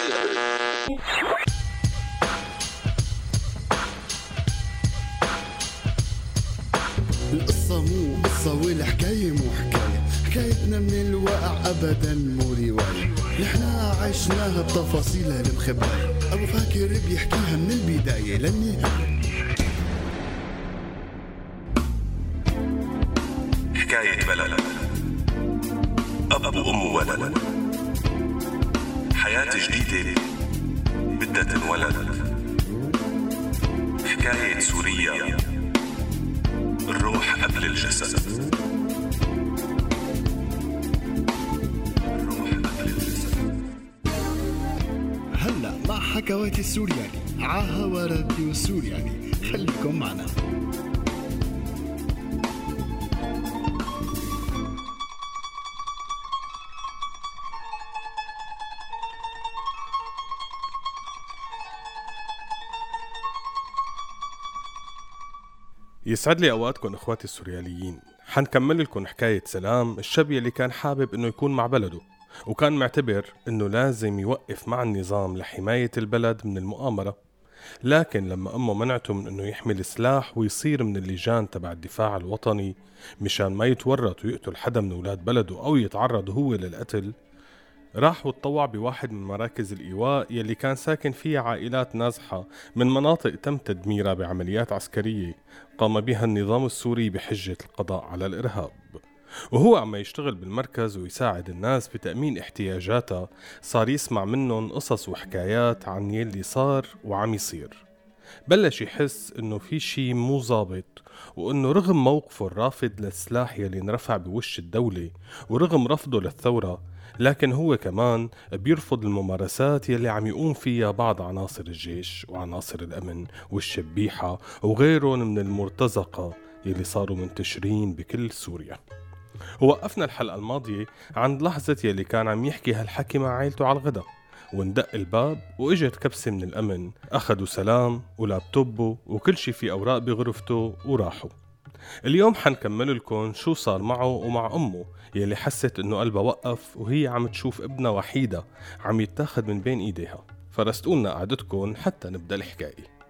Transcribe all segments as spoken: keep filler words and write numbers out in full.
القصة مو قصة والحكاية مو حكاية، حكايتنا من الواقع أبدا مو رواية، نحنا عشناها بتفاصيلها المخباية، أبو فاكر بيحكيها من البداية للنهاية. حكاية بلد، أب وأم وولد، حياة جديدة بدها تنولد. حكاية سوريا، الروح قبل الجسد. الروح قبل الجسد. هلا مع حكواتي السورياني عاها راديو سورياني، خليكم معنا. يسعد لي أوقاتكم إخواتي السورياليين. حنكمل لكم حكاية سلام، الشاب اللي كان حابب إنه يكون مع بلده، وكان معتبر إنه لازم يوقف مع النظام لحماية البلد من المؤامرة. لكن لما أمه منعته من إنه يحمل سلاح ويصير من اللجان تبع الدفاع الوطني مشان ما يتورط ويقتل حدا من أولاد بلده أو يتعرض هو للقتل، راح واتطوع بواحد من مراكز الإيواء يلي كان ساكن فيها عائلات نازحة من مناطق تم تدميرها بعمليات عسكرية قام بها النظام السوري بحجة القضاء على الإرهاب. وهو عم يشتغل بالمركز ويساعد الناس بتأمين احتياجاتها، صار يسمع منهم قصص وحكايات عن يلي صار وعم يصير. بلش يحس انه في شي مو ظابط، وانه رغم موقفه الرافض للسلاح يلي انرفع بوش الدولة ورغم رفضه للثورة، لكن هو كمان بيرفض الممارسات يلي عم يقوم فيها بعض عناصر الجيش وعناصر الأمن والشبيحة وغيرهم من المرتزقة يلي صاروا منتشرين بكل سوريا. ووقفنا الحلقة الماضية عند لحظة يلي كان عم يحكي هالحكي مع عائلته على الغداء، وندق الباب وإجت كبسة من الأمن، أخدوا سلام ولابتوبه وكل شي في أوراق بغرفته وراحوا. اليوم حنكمل لكم شو صار معه ومع أمه يلي حست إنه قلبها وقف وهي عم تشوف ابنها وحيدة عم يتاخد من بين إيديها. فرستقولنا قعدتكم حتى نبدأ الحكاية.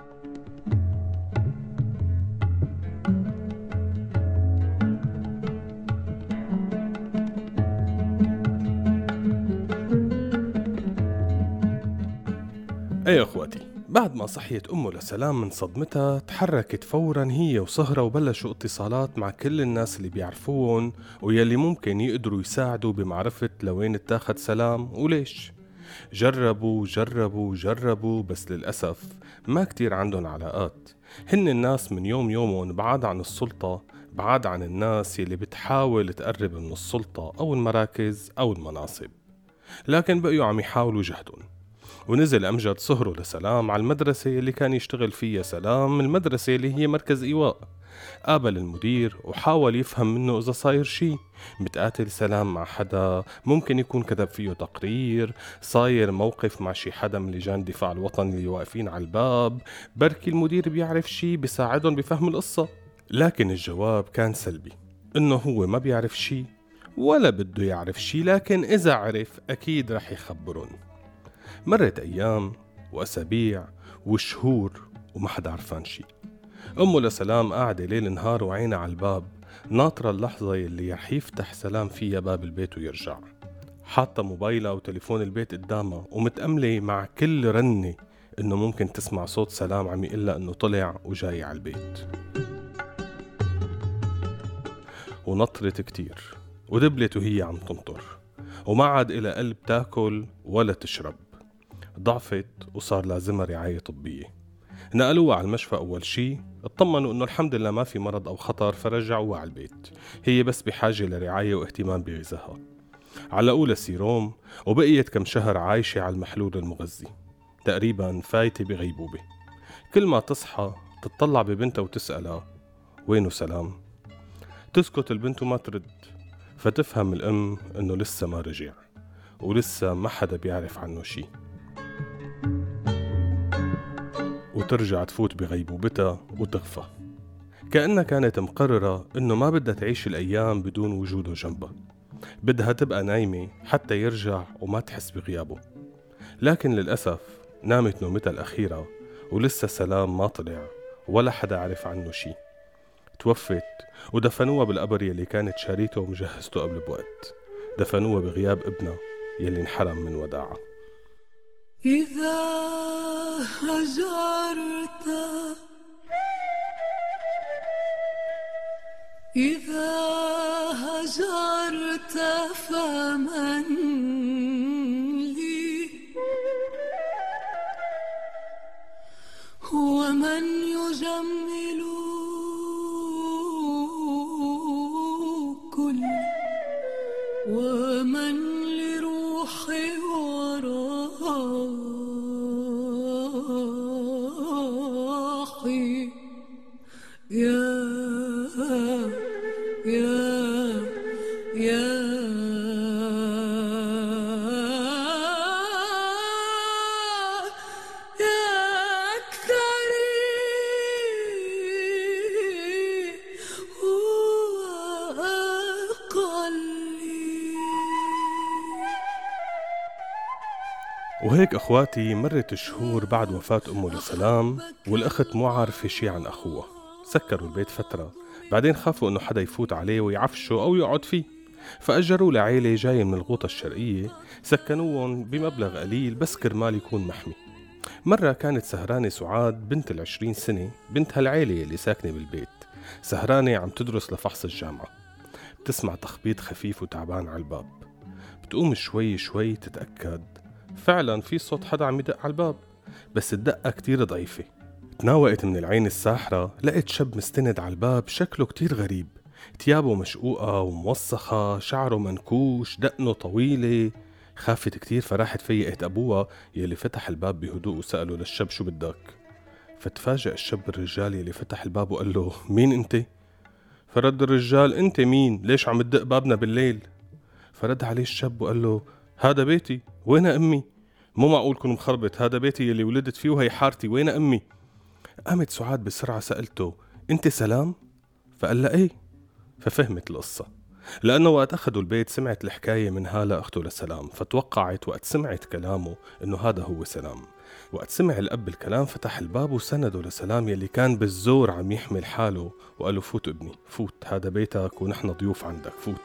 أي أخواتي، بعد ما صحيت أمه لسلام من صدمتها تحركت فوراً هي وصهرة وبلشوا اتصالات مع كل الناس اللي بيعرفوهم ويلي ممكن يقدروا يساعدوا بمعرفة لوين اتاخد سلام وليش. جربوا جربوا جربوا بس للأسف ما كتير عندهم علاقات. هن الناس من يوم يومهم بعاد عن السلطة، بعاد عن الناس يلي بتحاول تقرب من السلطة أو المراكز أو المناصب، لكن بقيوا عم يحاولوا جهدهم. ونزل أمجد صهره لسلام على المدرسة اللي كان يشتغل فيها سلام، المدرسة اللي هي مركز إيواء. قابل المدير وحاول يفهم منه إذا صاير شي، متقاتل سلام مع حدا، ممكن يكون كتب فيه تقرير، صاير موقف مع شي حدا من لجان الدفاع الوطني اللي واقفين على الباب، بركي المدير بيعرف شي بيساعدهم بفهم القصة. لكن الجواب كان سلبي، إنه هو ما بيعرف شي ولا بده يعرف شي، لكن إذا عرف أكيد رح يخبرون. مرت أيام وأسابيع وشهور وما حدا عرفان شي. أمه لسلام قاعدة ليل نهار وعينها على الباب، ناطرة اللحظة يلي رح يفتح سلام فيها باب البيت ويرجع. حاطة موبايلها وتليفون البيت قدامها ومتأملة مع كل رنة إنه ممكن تسمع صوت سلام عم يقلها إنه طلع وجاي على البيت. ونطرت كتير ودبلت وهي عم تنطر، وما عاد إلى قلب تاكل ولا تشرب. ضعفت وصار لازمها رعاية طبية. نقلوها على المشفى أول شي، اطمنوا إنه الحمد لله ما في مرض أو خطر فرجعوها على البيت، هي بس بحاجة لرعاية واهتمام بغذائها. علقوا لها سيروم وبقيت كم شهر عايشة على المحلول المغذي، تقريبا فايتة بغيبوبة. كل ما تصحى تطلع ببنتها وتسألها وينو سلام؟ تسكت البنت وما ترد، فتفهم الأم إنه لسه ما رجع ولسه ما حدا بيعرف عنه شي، وترجع تفوت بغيبوبتها وتغفى، كأنها كانت مقررة إنه ما بدها تعيش الأيام بدون وجوده جنبها، بدها تبقى نايمة حتى يرجع وما تحس بغيابه. لكن للأسف نامت نومتها الأخيرة ولسه سلام ما طلع ولا حدا عرف عنه شي. توفت ودفنوها بالقبر يلي كانت شاريته ومجهزته قبل بوقت. دفنوها بغياب ابنها يلي انحرم من وداعها. إذا هجرت إذا هجرت فمن لي هو من يجمل كل ومن لروحي وراحي يا يا يا وهيك أخواتي مرت الشهور بعد وفاة أمه لسلام، والأخت مو عارفة شي عن أخوها. سكروا البيت فترة، بعدين خافوا إنه حدا يفوت عليه ويعفشه أو يقعد فيه، فأجروا لعيلة جاية من الغوطة الشرقية سكنوهم بمبلغ قليل بس كرمال يكون محمي. مرة كانت سهرانة سعاد بنت العشرين سنة، بنت هالعيلة اللي ساكنة بالبيت، سهرانة عم تدرس لفحص الجامعة. بتسمع تخبيط خفيف وتعبان على الباب، بتقوم شوي شوي تتأكد فعلا في صوت حدا عم يدق على الباب، بس الدقة كتير ضعيفة. تناوقت من العين الساحرة، لقيت شاب مستند على الباب شكله كتير غريب، تيابه مشقوقة وموسخة، شعره منكوش، دقنه طويلة. خافت كتير فراحت فيقت أبوها يلي فتح الباب بهدوء وسأله للشاب شو بدك. فتفاجأ الشاب الرجال يلي فتح الباب وقال له مين انت؟ فرد الرجال انت مين؟ ليش عم تدق بابنا بالليل؟ فرد عليه الشاب وقال له هذا بيتي، وين أمي؟ مو معقول كن مخربط، هذا بيتي يلي ولدت فيه وهي حارتي، وين أمي؟ قامت سعاد بسرعة سألته انت سلام؟ فقال لها ايه. ففهمت القصة، لأنه وقت أخذوا البيت سمعت الحكاية من هالة أخته لسلام، فتوقعت وقت سمعت كلامه إنه هذا هو سلام. وقت سمع الأب الكلام فتح الباب وسنده لسلام يلي كان بالزور عم يحمل حاله، وقال له فوت ابني فوت، هذا بيتك ونحن ضيوف عندك، فوت.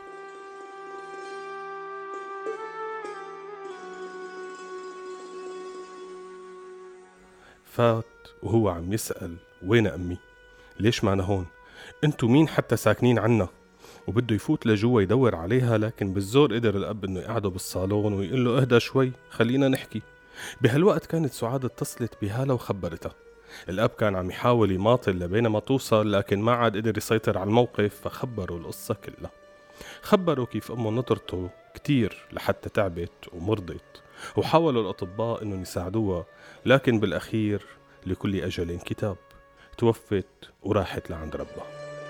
فات وهو عم يسأل وين أمي؟ ليش معنا هون؟ انتو مين حتى ساكنين عنا؟ وبده يفوت لجوا يدور عليها، لكن بالزور قدر الأب إنه يقعده بالصالون ويقول له اهدى شوي خلينا نحكي. بهالوقت كانت سعاد اتصلت بهالة وخبرتها. الأب كان عم يحاول يماطل لبينما توصل، لكن ما عاد قدر يسيطر على الموقف، فخبروا القصة كلها. خبروا كيف أمه نطرته كتير لحتى تعبت ومرضت، وحاولوا الأطباء إنه يساعدوها، لكن بالأخير لكل أجل كتاب، توفت وراحت لعند ربها.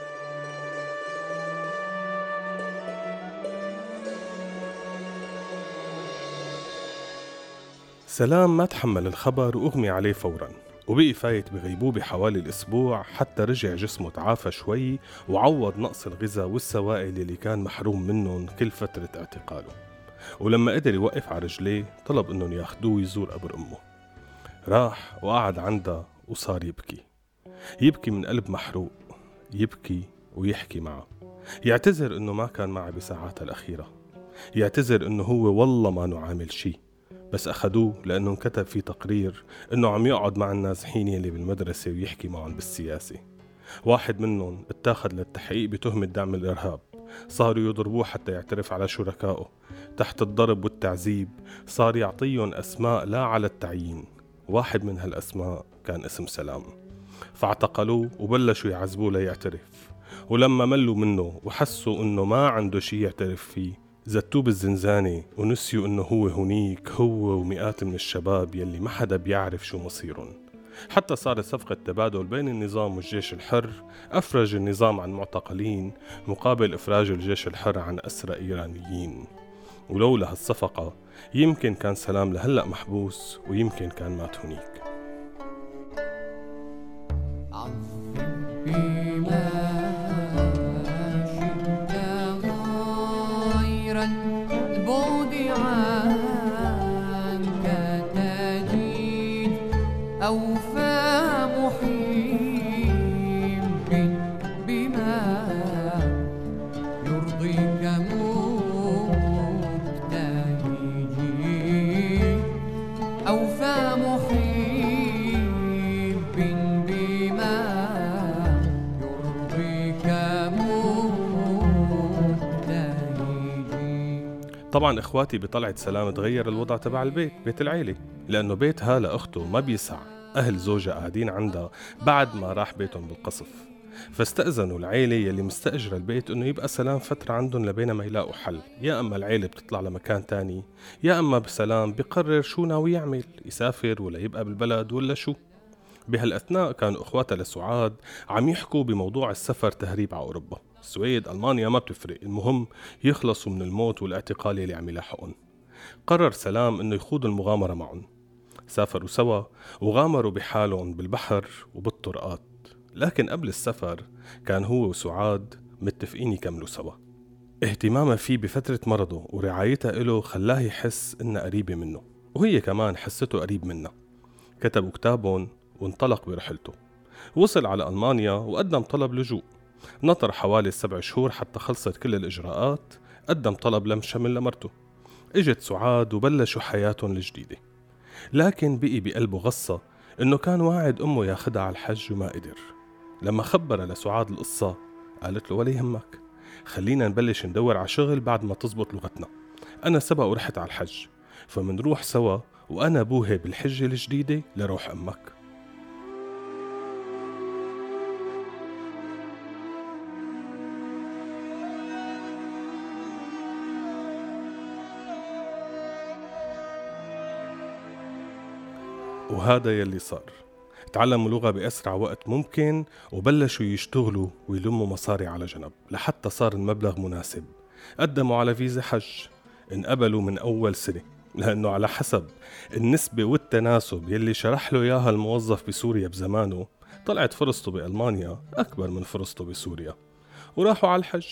سلام ما تحمل الخبر وأغمي عليه فوراً، وبقي فايت بغيبوبة حوالي الأسبوع حتى رجع جسمه تعافى شوي وعوض نقص الغذاء والسوائل اللي كان محروم منهم كل فترة اعتقاله. ولما قدر يوقف على رجليه طلب إنهم ياخدوه يزور قبر أمه. راح وقعد عندها وصار يبكي يبكي من قلب محروق، يبكي ويحكي معه، يعتذر إنه ما كان معه بساعاتها الأخيرة، يعتذر إنه هو والله ما نعامل شي، بس أخدوه لأنه انكتب في تقرير إنه عم يقعد مع النازحين يلي بالمدرسة ويحكي معهم بالسياسة. واحد منهم اتاخد للتحقيق بتهمة دعم الإرهاب، صاروا يضربوه حتى يعترف على شركائه. تحت الضرب والتعذيب صار يعطيهم أسماء لا على التعيين، واحد من هالأسماء كان اسم سلام، فاعتقلوه وبلشوا يعذبوه ليعترف. ولما ملوا منه وحسوا إنه ما عنده شي يعترف فيه زتوه بالزنزانة، ونسيوا إنه هو هنيك هو ومئات من الشباب يلي ما حدا بيعرف شو مصيرهم. حتى صارت صفقة تبادل بين النظام والجيش الحر، أفرج النظام عن معتقلين مقابل إفراج الجيش الحر عن أسرى إيرانيين. ولولا هالصفقة يمكن كان سلام لهلأ محبوس، ويمكن كان مات هنيك. البعد عنك يرضيك مبتهجي أوفى محب بما يرضيك مبتهجي. طبعا اخواتي بطلعت سلام تغير الوضع تبع البيت، بيت العيلة، لأنه بيت هالة أخته ما بيسع أهل زوجها قاعدين عندها بعد ما راح بيتهم بالقصف، فاستأذنوا العيلة يلي مستأجرة البيت إنه يبقى سلام فترة عندهم لبين ما يلاقوا حل. يا أما العيلة بتطلع لمكان تاني، يا أما بسلام بيقرر شو ناوي يعمل، يسافر ولا يبقى بالبلد ولا شو. بهالأثناء كانوا إخواتها لسعاد عم يحكوا بموضوع السفر تهريب على أوروبا، السويد، ألمانيا، ما بتفرق، المهم يخلصوا من الموت والاعتقال يلي عم يلاحقون. قرر سلام إنه يخوضوا المغامرة معهم، سافروا سوا وغامروا بحالهم بالبحر وبالطرقات، لكن قبل السفر كان هو وسعاد متفقين يكملوا سوا. اهتمامها فيه بفترة مرضه ورعايتها له خلاه يحس إنها قريبة منه، وهي كمان حسته قريب منها. كتبوا كتابهم وانطلق برحلته، وصل على ألمانيا وقدم طلب لجوء، نطر حوالي سبع شهور حتى خلصت كل الإجراءات، قدم طلب لمشمل لمرته. اجت سعاد وبلشوا حياتهم الجديدة، لكن بقي بقلبه غصة إنه كان واعد أمه ياخدها على الحج وما قدر. لما خبر لسعاد القصة قالت له ولا يهمك، خلينا نبلش ندور على شغل بعد ما تزبط لغتنا، أنا سبق ورحت على الحج فمنروح سوا وأنا بوهي بالحجة الجديدة لروح أمك. وهذا يلي صار، تعلموا لغة بأسرع وقت ممكن وبلشوا يشتغلوا ويلموا مصاري على جنب لحتى صار المبلغ مناسب. قدموا على فيزا حج، انقبلوا من أول سنة، لأنه على حسب النسبة والتناسب يلي شرح له إياها الموظف بسوريا بزمانه طلعت فرصته بألمانيا أكبر من فرصته بسوريا، وراحوا على الحج.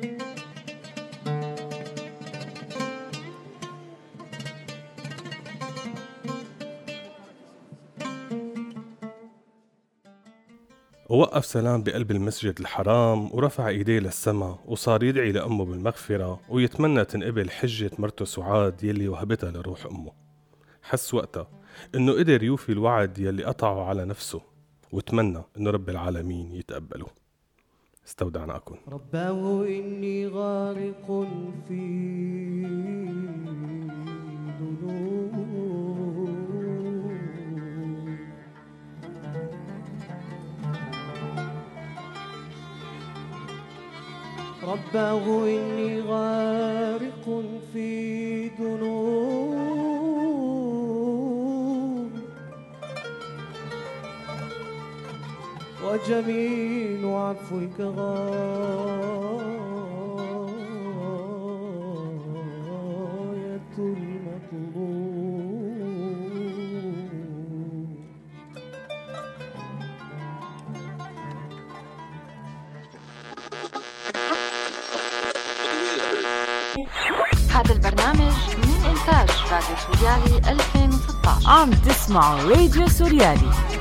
ووقف سلام بقلب المسجد الحرام ورفع ايديه للسما وصار يدعي لأمه بالمغفرة ويتمنى تنقبل حجة مرته سعاد يلي وهبتها لروح أمه. حس وقتها إنه قدر يوفي الوعد يلي قطعه على نفسه، وتمنى إنه رب العالمين يتقبله. استودعناكم. رباه إني غارق في رباه إني غارق في ذنوب وجميل عفوك غاية المطلوب. هذا البرنامج من إنتاج راديو سوريالي ألفين وستة عشر. عم تسمعوا راديو سوريالي.